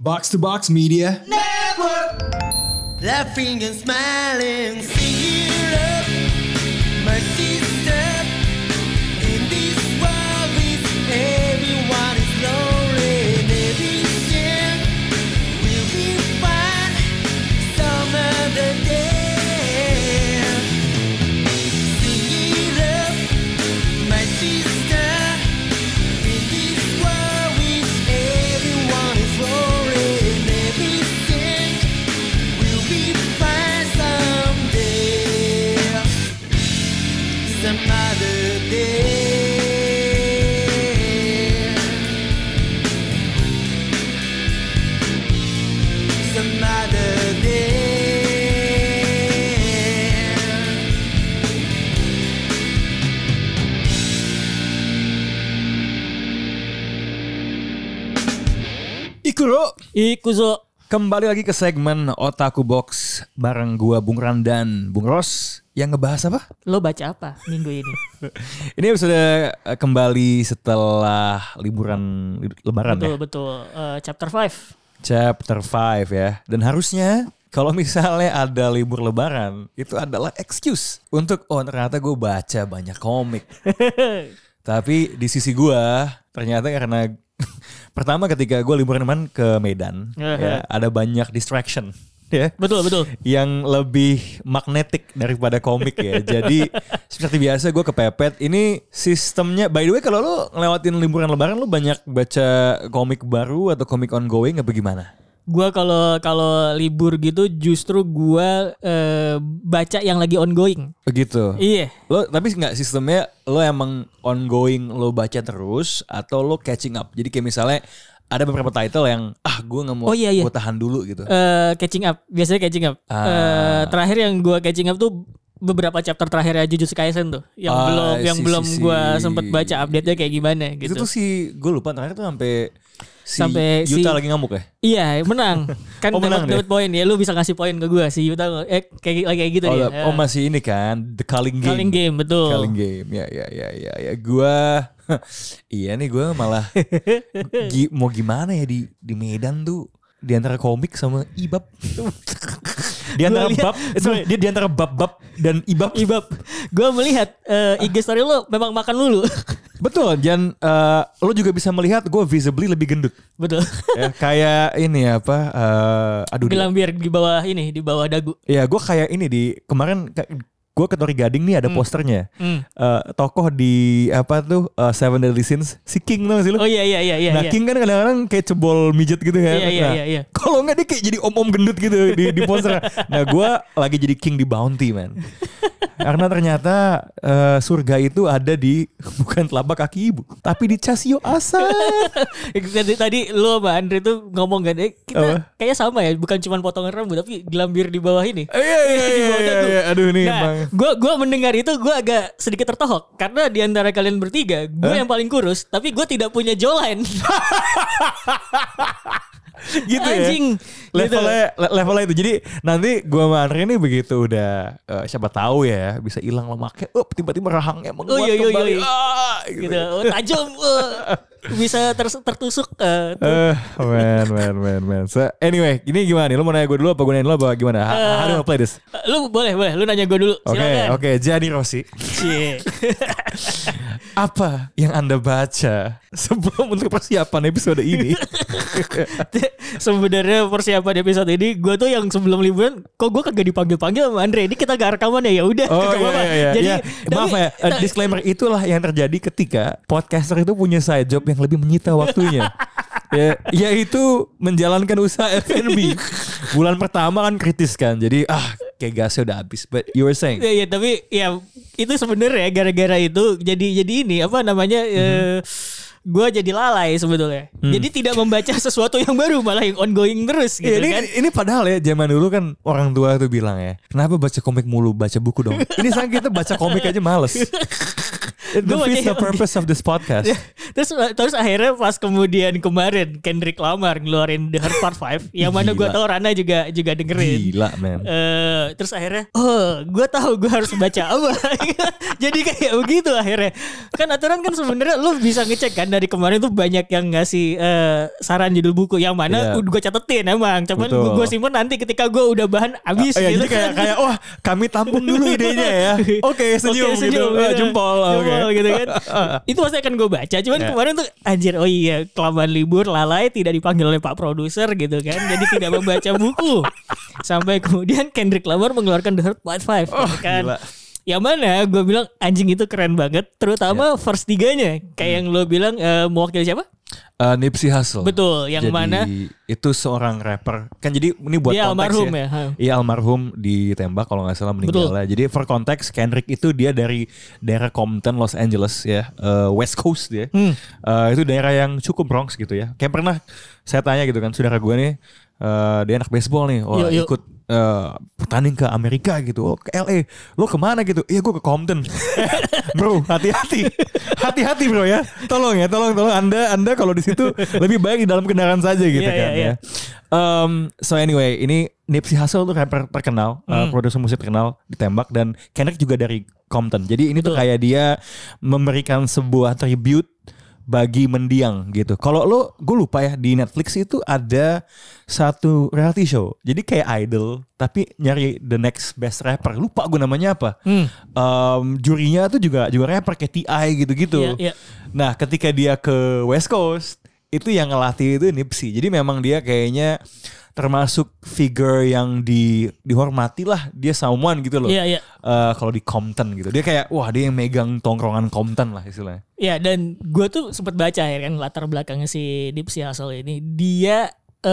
Box to Box Media Network. Laughing and smiling, sing it up, my sister. In this world with everyone is lonely, and everything will be fine some other day. Sing it up, my sister. In this world with everyone is lonely, and everything will be fine someday, some other day, some other day. Ikuzo. Kembali lagi ke segmen Otaku Box bareng gua Bung Randan, Bung Ros yang ngebahas apa? Lo baca apa minggu ini? Ini sudah kembali setelah liburan lebaran ya. Betul. Chapter 5. Chapter 5 ya. Dan harusnya kalau misalnya ada libur lebaran itu adalah excuse untuk ternyata gue baca banyak komik. Tapi di sisi gue ternyata karena pertama ketika gue liburan ke Medan ya, ada banyak distraction ya. Betul. Yang lebih magnetik daripada komik ya. Jadi seperti biasa gue kepepet. Ini sistemnya, by the way kalau lo ngelewatin liburan lebaran lo banyak baca komik baru atau komik ongoing apa gimana? Gua kalau libur gitu justru gua baca yang lagi ongoing. Begitu. Iya. Lo tapi nggak sistemnya lo emang ongoing lo baca terus atau lo catching up. Jadi kayak misalnya ada beberapa title yang gue nggak mau, iya. gue tahan dulu gitu. Catching up, biasanya catching up. Terakhir yang gua catching up tuh beberapa chapter terakhir Jujutsu Kaisen tuh, yang belum gua sempet baca update-nya kayak gimana gitu. Itu tuh gue lupa terakhir tuh sampai Yuta lagi ngamuk ya? Iya, menang. Kan dapat poin ya, lu bisa ngasih poin ke gue si Yuta kayak gitu dia. Masih ini kan The Culling Game. Culling Game, betul. Culling Game. Ya. Gua iya nih gue malah mau gimana ya di Medan tuh di antara komik sama ibab. Di antara di antara bab dan ibab. Gue melihat IG story lo memang makan lulu. Betul, dan lo juga bisa melihat gue visibly lebih gendut. Betul. Ya, kayak ini apa? Gelambir di bawah dagu. Ya, gue kayak ini kemarin gue ke Tori Gading nih ada posternya. Tokoh di Seven Deadly Sins, si King tau gak sih lo? Oh iya. Nah King kan kadang-kadang kayak cebol mijet gitu kan. Iya. Kalau nggak dia kayak jadi om-om gendut gitu di poster. Nah gue lagi jadi King di Bounty man. Karena ternyata surga itu ada bukan telapak kaki ibu, tapi di Casio Asa. Tadi lu sama Andre tuh ngomong kan, kita kayaknya sama ya, bukan cuma potongan rambut tapi gelambir di bawah ini. Iya. Aduh nih emang. Gue mendengar itu gue agak sedikit tertohok karena di antara kalian bertiga gue yang paling kurus, tapi gue tidak punya jawline. Gitu anjing, ya levelnya itu. Jadi nanti gue sama Andre ini begitu udah siapa tahu ya bisa hilang lemaknya, tiba-tiba rahangnya menguat kembali gitu. Tajam bisa tertusuk. Man. So anyway, ini gimana nih? Lu mau nanya gue dulu apa gue nanya lu apa gimana? How do you play this? Lu boleh, lu nanya gue dulu. Oke. Jadi Rossi, apa yang Anda baca sebelum untuk persiapan episode ini? Sebenarnya persiapan episode ini gue tuh yang sebelum liburan kok gue kagak dipanggil sama Andre, ini kita gak rekaman ya udah. Jadi maaf ya, disclaimer itulah yang terjadi ketika podcaster itu punya side job yang lebih menyita waktunya. Yaitu menjalankan usaha F&B. Bulan pertama kan kritis kan, jadi kayak gasnya udah habis. But you were saying? Iya, tapi ya itu sebenarnya gara-gara itu jadi ini apa namanya? Gue jadi lalai sebetulnya. Jadi tidak membaca sesuatu yang baru, malah yang ongoing terus gitu kan. Ini padahal ya zaman dulu kan orang tua tuh bilang ya, kenapa baca komik mulu, baca buku dong. Ini sekarang kita baca komik aja males. It defeats the purpose of this podcast. Terus akhirnya pas kemudian kemarin Kendrick Lamar ngeluarin The Hurt Part 5 yang mana gue tahu Rana juga dengerin. Gila man. Terus akhirnya gue tahu gue harus baca apa. Jadi kayak begitu akhirnya. Kan aturan kan sebenarnya lu bisa ngecek kan dari kemarin tuh banyak yang ngasih saran judul buku yang mana gue catetin emang. Cuman gue simpen nanti ketika gue udah bahan habis gitu. Jadi kayak wah kami tampung dulu idenya ya. Oke, senyum gitu. Jempol gitu kan. Itu pasti akan gue baca. Cuman kemarin tuh anjir, oh iya kelamaan libur lalai tidak dipanggil oleh Pak Produser gitu kan. Jadi tidak membaca buku. Sampai kemudian Kendrick Lamar mengeluarkan The Hurt Part 5 gitu kan. Gila. Yang mana gue bilang anjing itu keren banget. Terutama verse 3-nya. Kayak yang lo bilang mewakili siapa? Nipsey Hussle. Betul, yang jadi, mana itu seorang rapper. Kan jadi ini buat dia konteks almarhum ya. Iya almarhum ditembak kalau nggak salah meninggal lah. Jadi for konteks Kendrick itu dia dari daerah Compton, Los Angeles ya, West Coast dia. Itu daerah yang cukup Bronx gitu ya. Kayak pernah saya tanya gitu kan, saudara gue nih dia anak baseball nih, ikut pertanding ke Amerika gitu, ke LA, lo kemana gitu? Iya gue ke Compton. Bro, hati-hati bro ya, tolong anda kalau di situ lebih baik di dalam kendaraan saja gitu ya. So anyway, ini Nipsey Hussle tuh rapper terkenal, produser musik terkenal ditembak, dan Kendrick juga dari Compton. Jadi ini tuh kayak dia memberikan sebuah tribute bagi mendiang gitu. Kalau gue lupa ya, di Netflix itu ada satu reality show. Jadi kayak Idol tapi nyari the next best rapper. Lupa gue namanya apa. Jurinya tuh juga rapper kayak T.I. gitu-gitu. Nah, ketika dia ke West Coast, itu yang ngelatih itu Nipsey. Jadi memang dia kayaknya termasuk figure yang dihormati lah, dia someone gitu loh. Kalau di Compton gitu, dia kayak wah dia yang megang tongkrongan Compton lah istilahnya. Iya, dan gue tuh sempat baca ya kan latar belakangnya si Nipsey Hussle ini. Dia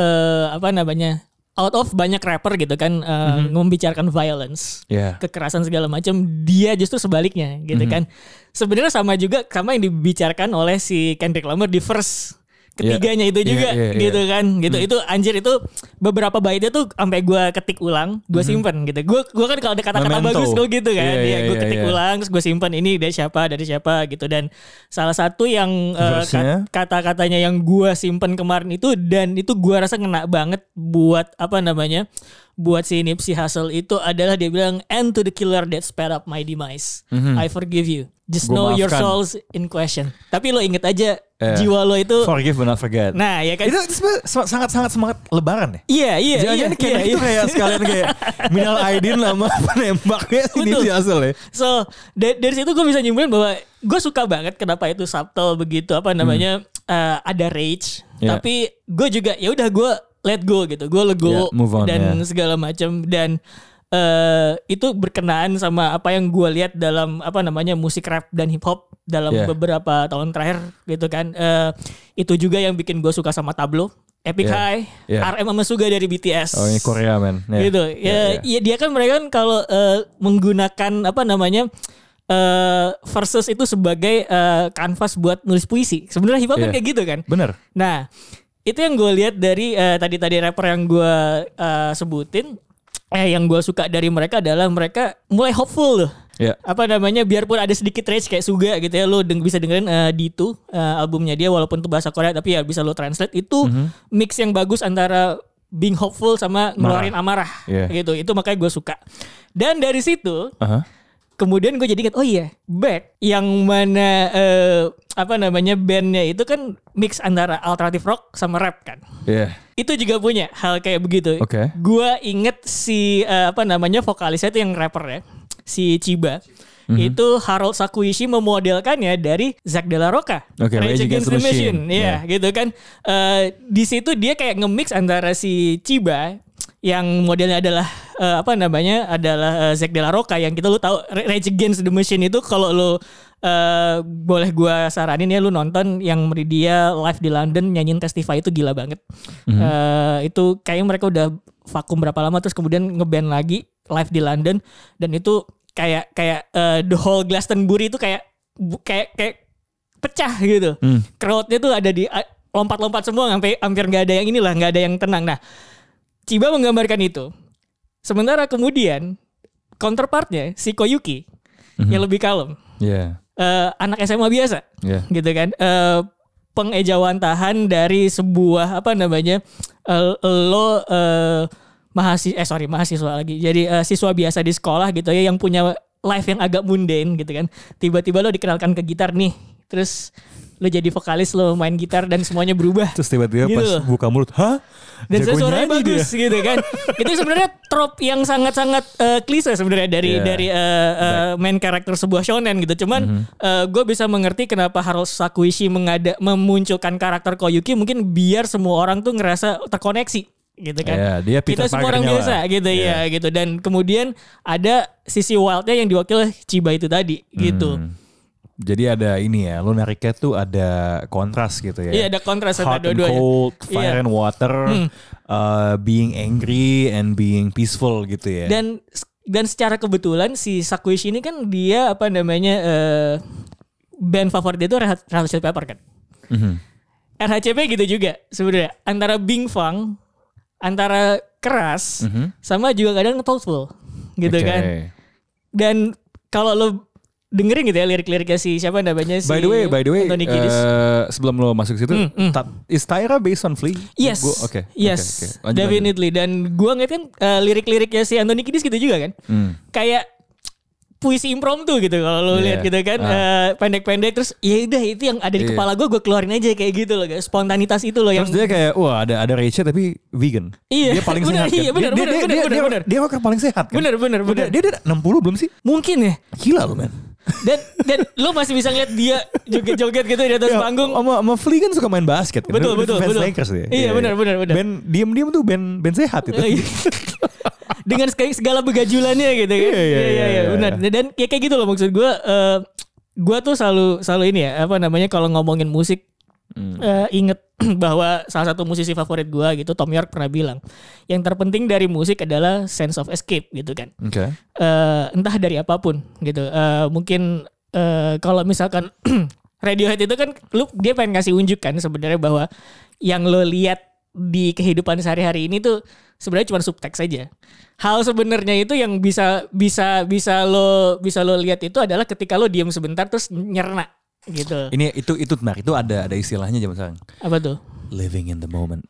out of banyak rapper gitu kan membicarakan violence, kekerasan segala macam, dia justru sebaliknya gitu kan. Sebenarnya sama yang dibicarakan oleh si Kendrick Lamar di verse ketiganya itu juga gitu kan gitu. Itu anjir, itu beberapa baitnya tuh sampai gue ketik ulang, gue simpen gitu. Gue kan kalau ada kata-kata bagus gue gitu kan, gue ketik ulang terus gue simpen ini dari siapa gitu. Dan salah satu yang kata-katanya yang gue simpen kemarin itu, dan itu gue rasa ngena banget buat buat si Nipsey Hussle itu adalah dia bilang, "And to the killer that sped up my demise, I forgive you. Just know your soul's in question." Tapi lo inget aja jiwa lo itu forgive but not forget. Nah ya kan, itu sangat semangat lebaran ya. Iya. Jangan itu kayak sekalian kayak minal aidin sama penembaknya si Nipsey Hussle ya. So dari situ gue bisa nyimpulin bahwa gue suka banget kenapa itu subtle begitu, ada rage, tapi gue juga ya udah gue let go gitu, gue lego dan segala macam. Dan itu berkenaan sama apa yang gue lihat dalam musik rap dan hip hop dalam beberapa tahun terakhir gitu kan. Itu juga yang bikin gue suka sama Tablo, Epic High, RM sama Suga dari BTS. Oh ini Korea man. Gitu. Dia kan mereka kan kalau menggunakan verses itu sebagai kanvas buat nulis puisi. Sebenarnya hip hop kan kayak gitu kan. Bener. Nah itu yang gue lihat dari tadi rapper yang gue sebutin. Yang gue suka dari mereka adalah mereka mulai hopeful loh. Biarpun ada sedikit rage kayak Suga gitu ya, lo bisa dengerin D2 albumnya dia, walaupun itu bahasa Korea tapi ya bisa lo translate. Itu mix yang bagus antara being hopeful sama ngeluarin amarah gitu. Itu makanya gue suka. Dan dari situ kemudian gue jadi ingat, oh iya, Back yang mana bandnya itu kan mix antara alternative rock sama rap kan. Itu juga punya hal kayak begitu. Gue inget si vokalisnya itu yang rapper ya, si Chiba. Itu Harold Sakuishi memodelkannya dari Zack de la Rocha, Rage Against the Machine. Gitu kan. Di situ dia kayak nge-mix antara si Chiba yang modelnya adalah adalah Zack de la Rocha, yang kita lu tahu Rage Against the Machine itu kalau lu boleh gue saranin ya lu nonton yang dia live di London nyanyiin Testify, itu gila banget. Itu kayaknya mereka udah vakum berapa lama terus kemudian ngeband lagi live di London, dan itu kayak the whole Glastonbury itu kayak pecah gitu. Crowdnya tuh ada di lompat-lompat semua, sampai hampir nggak ada yang nggak ada yang tenang. Nah Chiba menggambarkan itu. Sementara kemudian counterpartnya si Koyuki yang lebih kalem. anak SMA biasa, gitu kan. Pengejawantahan dari sebuah mahasiswa lagi. Jadi siswa biasa di sekolah gitu ya yang punya life yang agak mundane gitu kan. Tiba-tiba lo dikenalkan ke gitar nih. Terus lo jadi vokalis, lo main gitar dan semuanya berubah. Terus tiba-tiba gitu. Pas buka mulut, hah? Dan suaranya bagus gitu kan. Itu sebenarnya trope yang sangat-sangat klise sebenarnya dari main karakter sebuah shonen gitu. Cuman gue bisa mengerti kenapa Haruo Sakuishi memunculkan karakter Koyuki mungkin biar semua orang tuh ngerasa terkoneksi gitu kan. Dia Peter kita semua orang biasa gitu ya gitu. Dan kemudian ada sisi wildnya yang diwakili Chiba itu tadi gitu. Jadi ada ini ya, lo nariknya tuh ada kontras gitu ya. Iya, ada kontras hot and cold, fire and water, being angry and being peaceful gitu ya. Dan secara kebetulan si Sakuishi ini kan dia band favorit dia itu Red Hot Chili Pepper kan. RHCP gitu juga sebenarnya, antara being funk, antara keras, sama juga kadang thoughtful gitu kan. Dan kalau lo dengerin gitu ya lirik-liriknya si siapa namanya si By the way, Anthony Kiedis. Sebelum lo masuk situ, is Tyra based on Flea? Yes, yes, definitely. Dan gue ngeliat kan lirik-liriknya si Anthony Kiedis gitu juga kan, kayak puisi impromptu gitu kalau lo lihat gitu kan, pendek-pendek terus ya udah itu yang ada di kepala gue keluarin aja kayak gitu loh, spontanitas itu loh. Terus yang dia kayak wah ada Rachel tapi vegan. Iya, dia paling sehat. Iya, benar. Dia rocker paling sehat kan. Benar. Dia 60 belum sih? Mungkin ya. Gila lo men. Dan lo masih bisa ngeliat dia joget-joget gitu di atas panggung. Sama Flea kan suka main basket kan. Betul. Fans Lakers dia. Iya, benar. Band diam-diam tuh band sehat itu. Dengan segala begajulannya gitu kan. Iya, benar. Dan ya kayak gitu loh maksud gue. Gue tuh selalu ini ya, kalau ngomongin musik, inget bahwa salah satu musisi favorit gue gitu, Tom York pernah bilang, yang terpenting dari musik adalah sense of escape gitu kan. Entah dari apapun gitu. Mungkin kalau misalkan Radiohead itu kan dia pengen ngasih unjuk kan sebenarnya bahwa yang lo lihat di kehidupan sehari-hari ini tuh sebenarnya cuma subteks saja. Hal sebenarnya itu yang bisa lo lihat itu adalah ketika lo diam sebentar terus nyerna gitu. Ini itu benar, itu ada istilahnya zaman sekarang. Apa tuh? Living in the moment.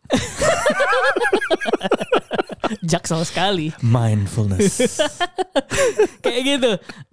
Jaksel sekali. Mindfulness. Kayak gitu.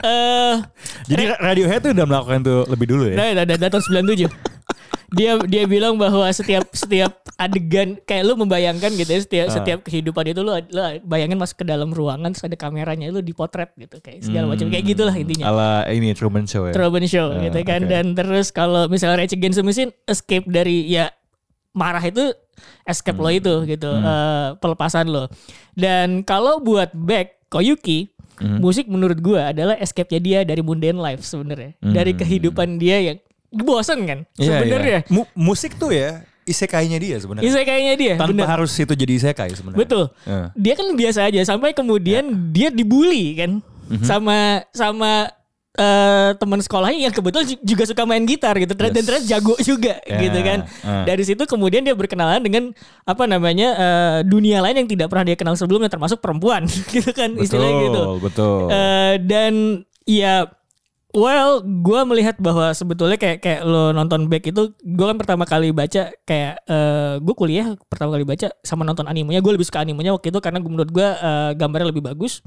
Jadi Radiohead tuh udah melakukan itu lebih dulu ya. Udah tahun 97. Dia bilang bahwa setiap adegan kayak lu membayangkan gitu ya, setiap kehidupan itu lu bayangin masuk ke dalam ruangan terus ada kameranya, lu dipotret gitu kayak segala macam kayak gitulah intinya. Ala ini Truman Show ya. Truman Show gitu kan. Dan terus kalau misalnya Rage Against the Machine escape dari ya marah itu escape lo itu gitu, pelepasan lo. Dan kalau buat Beck Koyuki, musik menurut gua adalah escape-nya dia dari mundane life sebenarnya. Dari kehidupan dia yang bosan kan sebenarnya. Musik tuh ya isekainya dia sebenarnya. Isekainya dia. Tanpa harus itu jadi isekai sebenarnya. Betul. Dia kan biasa aja sampai kemudian dia dibully kan sama teman sekolahnya yang kebetulan juga suka main gitar gitu. Dan ternyata jago juga gitu kan. Dari situ kemudian dia berkenalan dengan dunia lain yang tidak pernah dia kenal sebelumnya, termasuk perempuan gitu kan, istilahnya gitu. Betul. Dan ya gue melihat bahwa sebetulnya kayak lo nonton Beck itu, gue kan pertama kali baca kayak gue kuliah pertama kali baca sama nonton animenya. Gue lebih suka animenya waktu itu karena menurut gue gambarnya lebih bagus.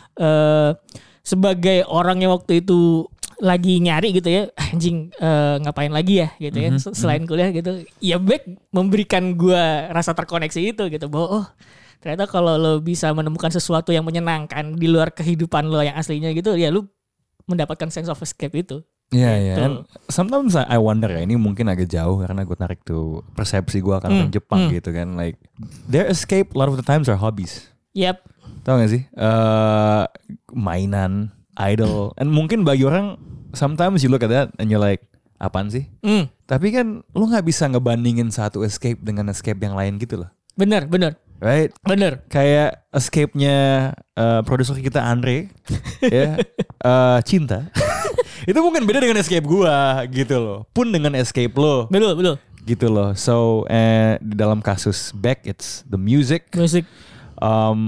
Sebagai orang yang waktu itu lagi nyari gitu ya, anjing ngapain lagi ya gitu ya selain kuliah gitu. Ya Beck memberikan gue rasa terkoneksi itu gitu bahwa ternyata kalau lo bisa menemukan sesuatu yang menyenangkan di luar kehidupan lo yang aslinya gitu, ya lo mendapatkan sense of escape itu. Iya. And sometimes I wonder ya, ini mungkin agak jauh karena gue tarik tuh persepsi gue akan orang Jepang gitu kan, like their escape a lot of the times are hobbies. Yep. Tahu gak sih? Mainan, idol, and mungkin bagi orang sometimes you look at that and you're like, apaan sih? Tapi kan lo nggak bisa ngebandingin satu escape dengan escape yang lain gitu loh. Bener. Right? Bener. Kayak escape-nya produser kita Andre ya, cinta. Itu mungkin beda dengan escape gua gitu loh. Pun dengan escape lo. Betul. Gitu loh. So di dalam kasus Beck it's the music.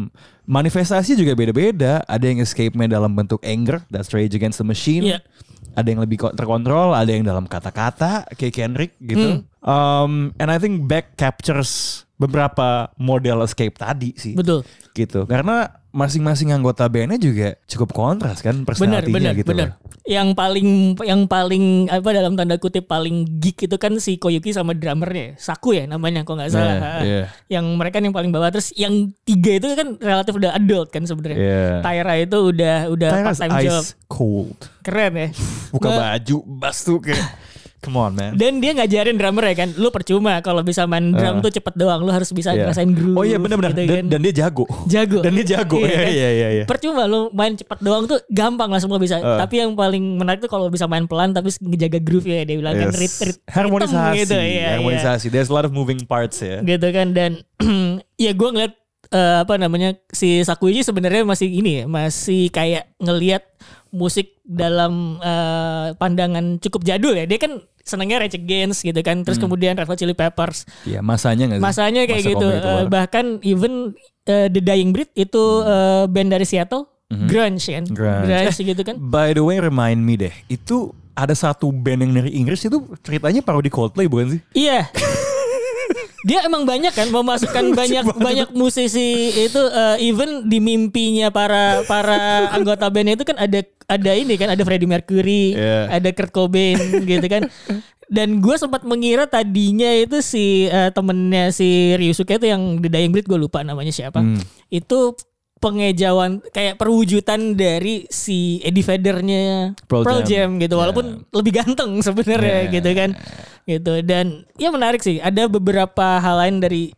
manifestasi juga beda-beda. Ada yang escape-nya dalam bentuk anger, that's Rage Against the Machine. Iya. Ada yang lebih terkontrol, ada yang dalam kata-kata kayak Kendrick gitu. And I think Beck captures beberapa model escape tadi sih. Betul. Gitu. Karena masing-masing anggota bandnya juga cukup kontras kan personality-nya gitu. Bener. Yang paling apa dalam tanda kutip paling geek itu kan si Koyuki sama drummernya, Saku ya namanya kok nggak salah. Yang mereka yang paling bawah, terus yang 3 itu kan relatif udah adult kan sebenarnya. Taira itu udah part time job. Cold. Keren ya. Buka baju, bass tuh kayak come on man. Dan dia ngajarin drummer ya kan, lu percuma kalau bisa main drum tuh cepet doang, lu harus bisa ngerasain groove. Oh iya benar-benar. Gitu kan. Dan dia jago. Dan dia jago. Iya. Percuma lu main cepet doang tuh gampang lah semua bisa. Tapi yang paling menarik tuh kalau bisa main pelan tapi ngejaga groove ya, dia bilang kan harmonisasi gitu. Harmonisasi. There's a lot of moving parts ya. Gitu kan, dan ya gue ngeliat si Sakuichi sebenarnya masih ini ya, masih kayak ngelihat musik dalam pandangan cukup jadul ya. Dia kan senangnya Rage Against gitu kan, terus kemudian Red Hot Chili Peppers. Iya, masanya nggak sih? Masanya kayak gitu. Bahkan even The Dying Breed itu band dari Seattle, grunge kan, grunge gitu kan. By the way, remind me deh, itu ada satu band yang dari Inggris itu ceritanya parodi Coldplay bukan sih? Iya. Dia emang banyak kan memasukkan banyak musisi itu, even di mimpinya para anggota bandnya itu kan ada ini kan, ada Freddie Mercury, ada Kurt Cobain gitu kan. Dan gue sempat mengira tadinya itu si temennya si Ryusuke itu yang The Dying Breed, gue lupa namanya siapa. Itu pengejauhan kayak perwujudan dari si Eddie Vedder-nya Pearl Jam gitu, walaupun lebih ganteng sebenarnya gitu kan. Gitu. Dan ya menarik sih, ada beberapa hal lain dari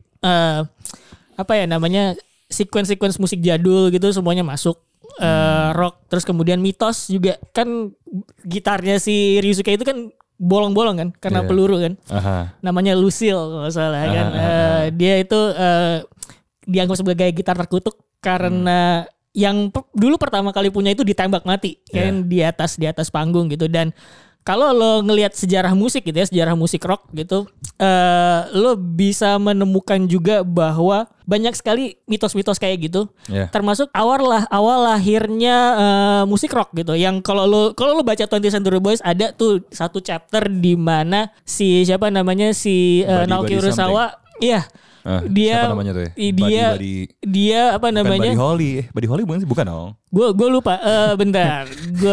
sequence musik jadul gitu semuanya masuk. Rock, terus kemudian mitos juga kan, gitarnya si Ryusuke itu kan bolong-bolong kan karena peluru kan. Namanya Lucille kalau nggak salah kan. Dia itu dianggap sebagai gitar terkutuk karena yang dulu pertama kali punya itu ditembak mati kan di atas panggung gitu. Dan kalau lo ngelihat sejarah musik gitu ya, sejarah musik rock gitu, lo bisa menemukan juga bahwa banyak sekali mitos-mitos kayak gitu. Termasuk awal lahirnya musik rock gitu. Yang kalau lo baca 20th Century Boys, ada tuh satu chapter di mana si Naoki Urasawa, dia siapa namanya tuh ya? Dia apa namanya? Buddy Holly bukan sih? Bukan dong. Gue lupa. Bentar.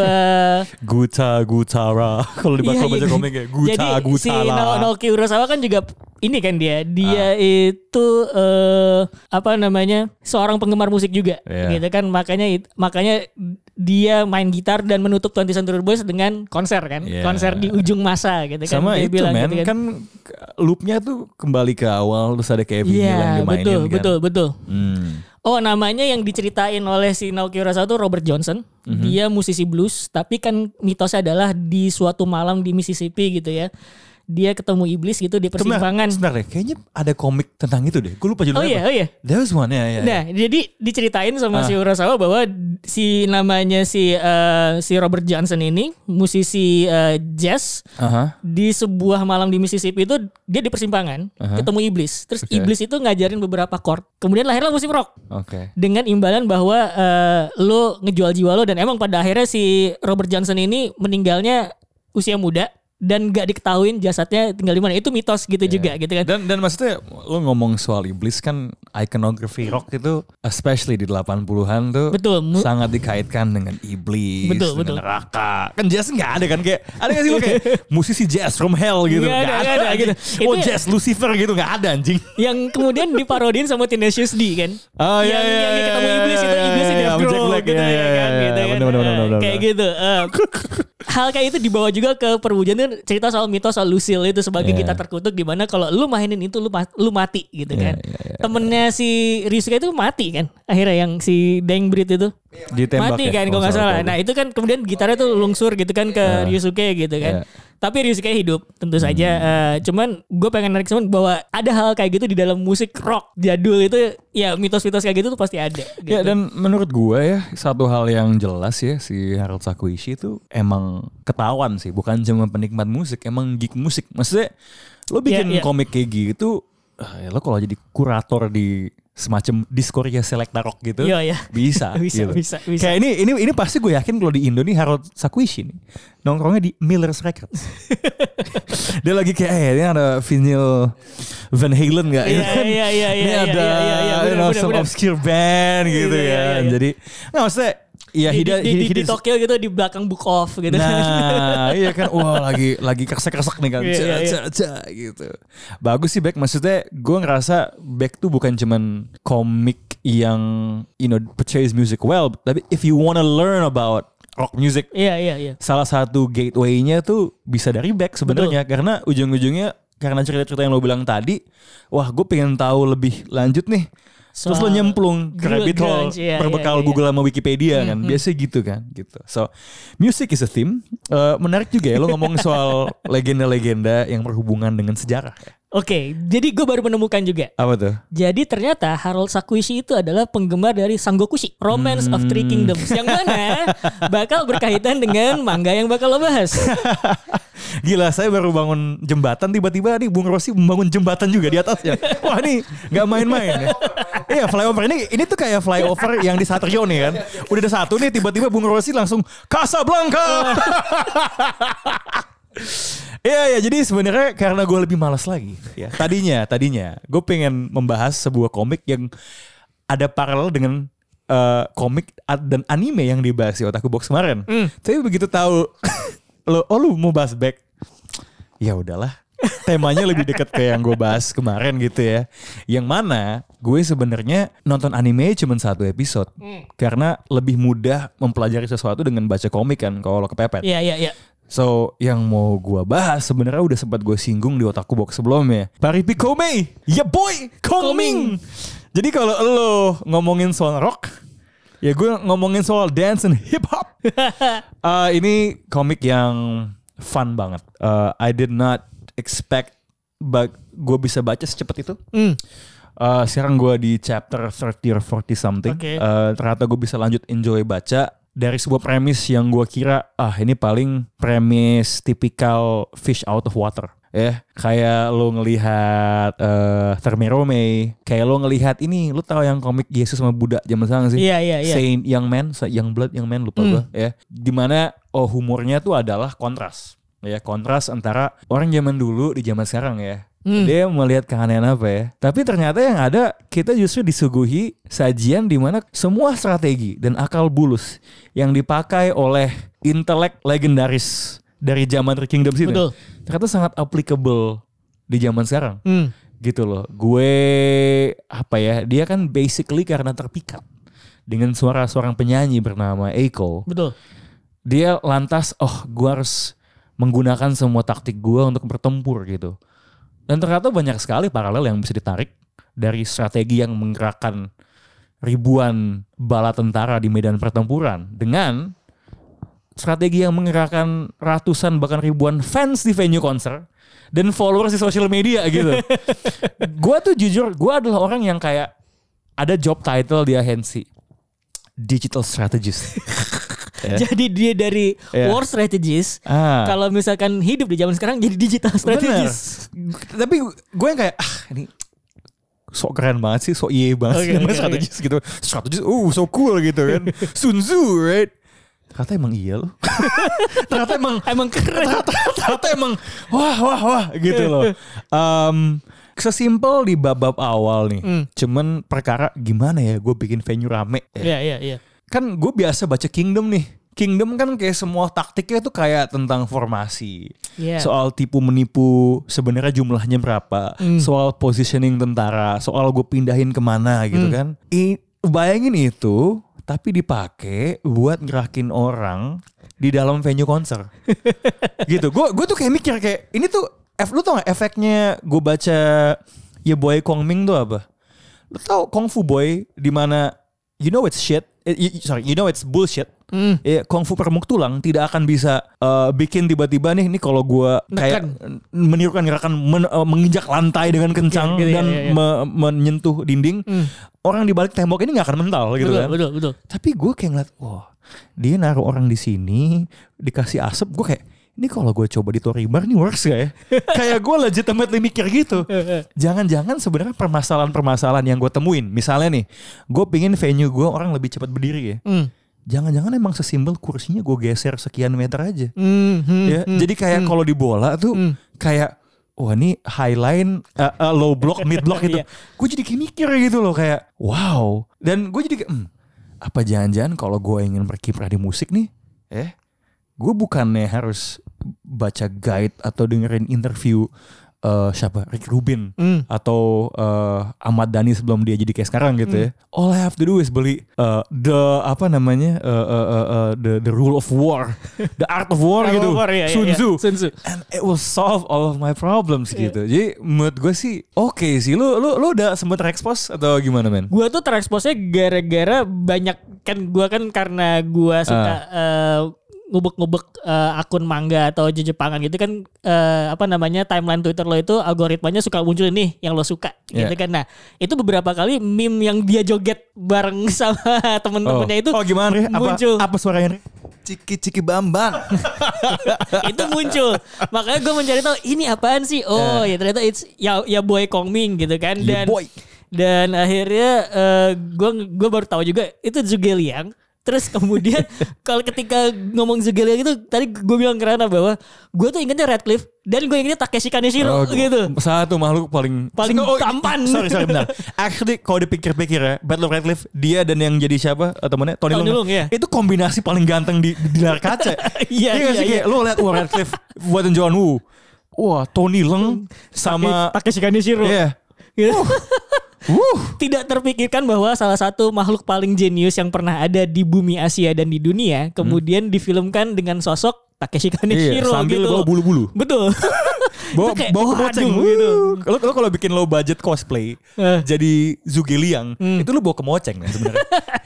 Gutara. Kalau baca komik ya Gutara. Jadi si Naoki Urasawa kan juga ini kan dia itu seorang penggemar musik juga gitu kan. Makanya dia main gitar dan menutup 20th Century Boys dengan konser kan. Konser di ujung masa gitu kan. Sama dia itu bilang, men gitu kan loopnya tuh kembali ke awal, terus ada Kevin yang dimainin kan. Betul. Oh, namanya yang diceritain oleh si Naoki Urasawa tuh Robert Johnson. Dia musisi blues, tapi kan mitosnya adalah di suatu malam di Mississippi gitu ya, dia ketemu iblis gitu di persimpangan. Sebentar deh, kayaknya ada komik tentang itu deh. Gue lupa judulnya apa. Oh iya. There was one ya. Nah, jadi diceritain sama si Urasawa bahwa si Robert Johnson ini musisi jazz, di sebuah malam di Mississippi itu dia di persimpangan ketemu iblis. Terus iblis itu ngajarin beberapa chord. Kemudian lahirlah musik rock. Dengan imbalan bahwa lo ngejual jiwa lo, dan emang pada akhirnya si Robert Johnson ini meninggalnya usia muda dan gak diketahuin jasadnya tinggal di mana. Itu mitos gitu juga gitu kan. Dan maksudnya lo ngomong soal iblis kan, iconography rock itu especially di 80-an tuh sangat dikaitkan dengan iblis, dengan neraka. Kan jazz gak ada kan, kayak ada gak sih lo kayak musisi jazz from hell gitu? Gak ada gitu. Oh jazz Lucifer gitu, gak ada anjing. Yang kemudian diparodin sama Tenacious D kan. Yang ketemu iblis itu iblisnya Dave Grohl gitu kan. Kayak gitu. Hal kayak itu dibawa juga ke perwujudan, cerita soal mitos soal Lucille itu sebagai gitar terkutuk, di mana kalau lu mainin itu lu mati gitu kan. Temennya si Ryusuke itu mati kan akhirnya, yang si Dying Breed itu ditembak mati kan kalau nggak salah. Nah itu kan kemudian gitarnya tuh lungsur gitu kan ke Ryusuke gitu kan. Tapi Ryusuke hidup tentu saja. Cuman gue pengen narik semua bahwa ada hal kayak gitu di dalam musik rock jadul itu ya, mitos-mitos kayak gitu tuh pasti ada gitu. Ya, dan menurut gue ya, satu hal yang jelas ya, si Haruo Sakuichi itu emang ketahuan sih, bukan cuma penikmat musik, emang geek musik. Maksudnya lo bikin komik kayak gitu, lo kalau jadi kurator di semacam Diskoria Selecta Rock gitu. Iya, iya. Bisa. Bisa, gitu. bisa. Kayak ini pasti gue yakin kalau di Indo nih Harold Sakuishi nih nongkrongnya di Miller's Records. Dia lagi kayak ini ada vinyl Van Halen nggak? Iya. Ini ada some obscure band gitu kan. Jadi nggak maksudnya. Iya, di Tokyo gitu di belakang Book Off gitu. Nah, iya kan, wah lagi kersek-kersek nih kan, gitu. Bagus sih Beck, maksudnya gue ngerasa Beck tuh bukan cuman komik yang portrays music well, tapi if you wanna learn about rock music, iya. salah satu gateway-nya tuh bisa dari Beck sebenarnya, karena ujung-ujungnya karena cerita-cerita yang lo bilang tadi, wah gue pengen tahu lebih lanjut nih. Terus lo nyemplung ke rabbit hole berbekal Google sama Wikipedia kan. Biasanya gitu kan gitu. So music is a theme. Menarik juga ya lo ngomong soal legenda-legenda yang berhubungan dengan sejarah ya. Oke, jadi gue baru menemukan juga. Apa tuh? Jadi ternyata Harold Sakuishi itu adalah penggemar dari Sangokushi, Romance of Three Kingdoms, yang mana bakal berkaitan dengan manga yang bakal lo bahas. Gila, saya baru bangun jembatan, tiba-tiba nih Bung Rossi membangun jembatan juga di atasnya. Wah, nih nggak main-main ya. Iya, flyover ini tuh kayak flyover yang di Satrio nih kan. Udah ada satu nih, tiba-tiba Bung Rossi langsung Casablanca. Iya, jadi sebenarnya karena gue lebih malas lagi ya. Tadinya gue pengen membahas sebuah komik yang ada paralel dengan komik dan anime yang dibahas di Otaku Box kemarin. Tapi begitu tahu lu mau bahas Beck, ya udahlah. Temanya lebih dekat ke yang gue bahas kemarin gitu ya. Yang mana gue sebenarnya nonton anime cuma 1 episode. Karena lebih mudah mempelajari sesuatu dengan baca komik kan kalau kepepet. Iya. So yang mau gue bahas sebenarnya udah sempat gue singgung di Otaku Box sebelumnya. Paripi Komei, ya boy, Kongming. Jadi kalau lo ngomongin soal rock, ya gue ngomongin soal dance and hip hop. Ini komik yang fun banget. I did not expect gue bisa baca secepat itu. Sekarang gue di chapter 30 or 40 something. Ternyata gue bisa lanjut enjoy baca dari sebuah premis yang gue kira ini paling premis tipikal fish out of water. Ya, kayak lo ngelihat Thermerome, kayak lo ngelihat ini, lo tahu yang komik Yesus sama Buddha zaman sekarang sih? Iya. Saint Young Man, lupa gue ya. Dimana humornya tuh adalah kontras. Ya, kontras antara orang zaman dulu di zaman sekarang ya. Dia melihat keanehan apa ya. Tapi ternyata yang ada kita justru disuguhi sajian di mana semua strategi dan akal bulus yang dipakai oleh intelek legendaris dari zaman Three Kingdoms itu ternyata sangat applicable di zaman sekarang. Gitu loh. Gue dia kan basically karena terpikat dengan suara seorang penyanyi bernama Eiko. Betul. Dia lantas gue harus menggunakan semua taktik gue untuk bertempur gitu. Dan ternyata banyak sekali paralel yang bisa ditarik dari strategi yang menggerakkan ribuan bala tentara di medan pertempuran dengan strategi yang menggerakkan ratusan bahkan ribuan fans di venue konser dan followers di sosial media gitu. Gue tuh jujur, gue adalah orang yang kayak ada job title di agensi, digital strategist. Jadi dia dari war strategist, kalau misalkan hidup di zaman sekarang jadi digital strategist. Tapi gue yang kayak ini sok keren banget sih, sok banget sih strategist gitu. Strategist, so cool gitu kan. Sun Tzu, right? Ternyata emang iya loh. Ternyata emang keren. Ternyata emang wah gitu loh. Sesimpel di bab awal nih. Cuman perkara gimana ya gue bikin venue rame. Iya. Kan gue biasa baca Kingdom nih. Kingdom kan kayak semua taktiknya tuh kayak tentang formasi. Soal tipu menipu sebenarnya jumlahnya berapa. Soal positioning tentara. Soal gue pindahin kemana gitu kan. Bayangin itu tapi dipakai buat ngerakin orang di dalam venue konser. Gitu. Gue tuh kayak mikir kayak ini tuh lu tau gak efeknya gue baca ya Boy Kongming tuh apa? Lu tau Kung Fu Boy di mana you know it's shit. You know it's bullshit. Kung Fu permuk tulang tidak akan bisa bikin tiba-tiba nih kalau gue kayak menirukan gerakan menginjak lantai dengan kencang dan menyentuh dinding. Orang di balik tembok ini nggak akan mental gitu kan. Betul. Tapi gue kayak ngeliat, dia naruh orang di sini dikasih asap, gue kayak ini kalau gue coba di Tory Bar nih works gak ya? Kayak gue legitimately mikir gitu. Jangan-jangan sebenarnya permasalahan-permasalahan yang gue temuin. Misalnya nih, gue pingin venue gue orang lebih cepat berdiri ya. Jangan-jangan emang sesimpel kursinya gue geser sekian meter aja. Ya, jadi kayak kalau di bola tuh kayak wah ini high line, low block, mid block gitu. Gue jadi kayak mikir gitu loh kayak wow. Dan gue jadi kayak apa jangan-jangan kalau gue ingin berkiprah di musik nih, gue bukannya harus baca guide atau dengerin interview siapa Rick Rubin atau Ahmad Dhani sebelum dia jadi kayak sekarang gitu ya. All I have to do is beli the rule of war, the art of war gitu, Sun Tzu, and it will solve all of my problems gitu. Jadi menurut gue sih oke sih. Lu udah sempet terekspos atau gimana men? Gue tuh tereksposnya gara-gara banyak kan gue kan karena gue suka ngubek-ngubek akun manga atau Jepangan gitu kan timeline Twitter lo itu algoritmanya suka muncul nih yang lo suka gitu kan. Nah itu beberapa kali meme yang dia joget bareng sama temen-temennya itu gimana muncul. Apa suaranya? Ciki Bambang. Itu muncul. Makanya gue mencari tahu ini apaan sih. Ya ternyata it's ya boy Kongming gitu kan. Dan akhirnya gue baru tahu juga itu Zhuge-Liang. Terus kemudian kalau ketika ngomong Zhuge-Liang itu tadi gue bilang ke Rana bahwa gue tuh ingetnya Radcliffe dan gue ingetnya Takeshi Kaneshiro gitu. Satu makhluk paling tampan. Sorry benar. Actually kalau dipikir-pikir ya, Battle of Radcliffe dia dan yang jadi siapa temennya Tony Leung ya. Itu kombinasi paling ganteng di layar kaca. Iya. Lo lihat Radcliffe buatan John Woo. Wah Tony Leung sama Takeshi Kaneshiro. Iya. Tidak terpikirkan bahwa salah satu makhluk paling jenius yang pernah ada di bumi Asia dan di dunia kemudian difilmkan dengan sosok Takeshi Kaneshiro sambil gitu. Bawa bulu-bulu. Betul. bawa kemoceng gitu. Lo kalau bikin low budget cosplay jadi Zhuge-Liang itu lo bawa kemoceng kan sebenarnya.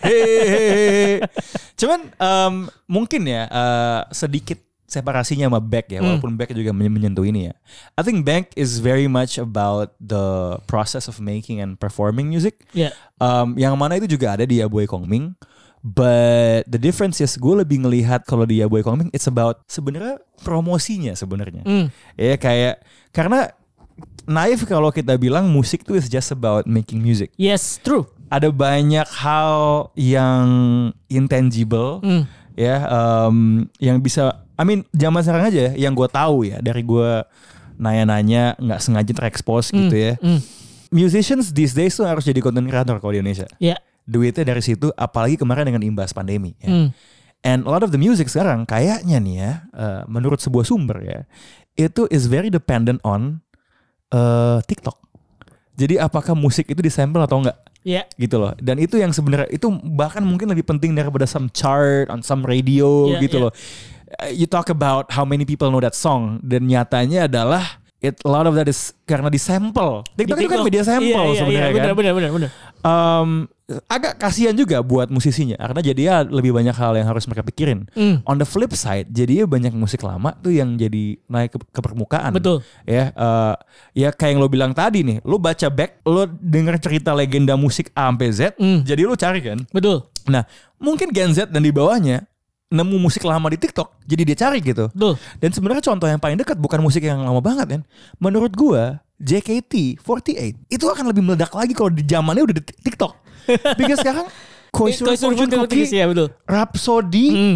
Cuman mungkin ya sedikit separasinya sama Beck ya, walaupun Beck juga menyentuh ini ya. I think Beck is very much about the process of making and performing music. Yang mana itu juga ada di Boy Kongming. But the difference is gue lebih ngelihat kalau di Boy Kongming it's about sebenarnya promosinya sebenarnya. Ya kayak karena naif kalau kita bilang musik tuh is just about making music. Yes, true. Ada banyak hal yang intangible ya yang bisa zaman sekarang aja yang gue tahu ya dari gue nanya-nanya nggak sengaja terekspos gitu ya. Musicians these days tuh harus jadi content creator kalau di Indonesia. Duitnya dari situ, apalagi kemarin dengan imbas pandemi. Ya. And a lot of the music sekarang kayaknya nih ya, menurut sebuah sumber ya, itu is very dependent on TikTok. Jadi apakah musik itu disample atau enggak? Gitu loh. Dan itu yang sebenarnya itu bahkan mungkin lebih penting daripada some chart on some radio gitu loh. You talk about how many people know that song dan nyatanya adalah a lot of that is karena disample. TikTok itu kan media sample sebenarnya kan. Benar. Agak kasihan juga buat musisinya karena jadinya lebih banyak hal yang harus mereka pikirin. On the flip side, jadinya banyak musik lama tuh yang jadi naik ke permukaan. Betul. Ya, ya kayak yang lo bilang tadi nih, lo baca back, lo denger cerita legenda musik A sampai Z, jadi lo cari kan. Betul. Nah, mungkin Gen Z dan di bawahnya nemu musik lama di TikTok, jadi dia cari gitu. Betul. Dan sebenarnya contoh yang paling dekat bukan musik yang lama banget kan. Menurut gua JKT48 itu akan lebih meledak lagi kalau di zamannya udah di TikTok. Because sekarang Koizuru Fortune Cookie, Rhapsody,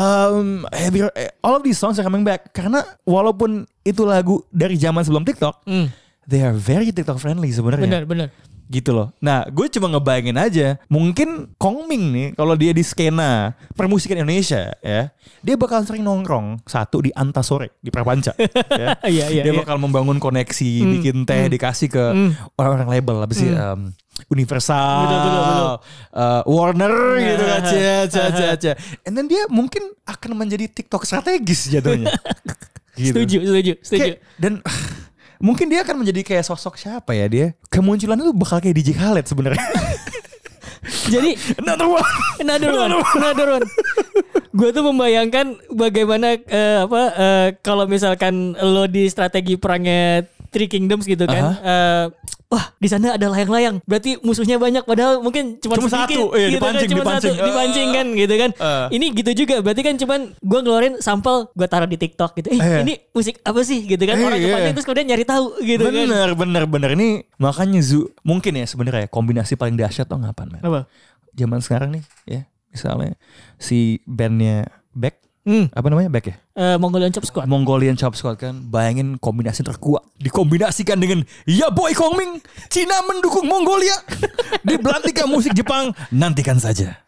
all of these songs are coming back karena walaupun itu lagu dari zaman sebelum TikTok, they are very TikTok friendly sebenarnya. Benar. Gitu loh. Nah, gue cuma ngebayangin aja, mungkin Kongming nih kalau dia di skena permusikan Indonesia ya, dia bakal sering nongkrong satu di Antasore di Prapanca. Ya. Dia bakal membangun koneksi, bikin teh, dikasih ke orang-orang label, apa sih? Universal, betul. Warner gitu kan, cia. And then dia mungkin akan menjadi TikTok strategis jatuhnya. Gitu. Setuju. Dan mungkin dia akan menjadi kayak sosok siapa ya dia? Kemunculannya tuh bakal kayak DJ Khaled sebenarnya. Jadi another one. Gue tuh membayangkan bagaimana kalau misalkan lo di strategi perangnya Three Kingdoms gitu kan. wah di sana ada layang-layang, berarti musuhnya banyak, padahal mungkin cuma satu, iya, gitu kan, dipancing kan gitu kan. Ini gitu juga, berarti kan cuman gue ngeluarin sampel, gue taruh di TikTok gitu. Ini musik apa sih gitu kan, orang kepancing terus kemudian nyari tahu gitu kan. Bener ini makanya mungkin ya sebenarnya kombinasi paling dahsyat tuh ngapain, man? Apa? Zaman sekarang nih ya, misalnya si bandnya Beck, apa namanya Beck ya? Mongolian Chop Squad kan, bayangin kombinasi terkuat dikombinasikan dengan Ya Boy Kongming, Cina mendukung Mongolia, di belantika musik Jepang, nantikan saja.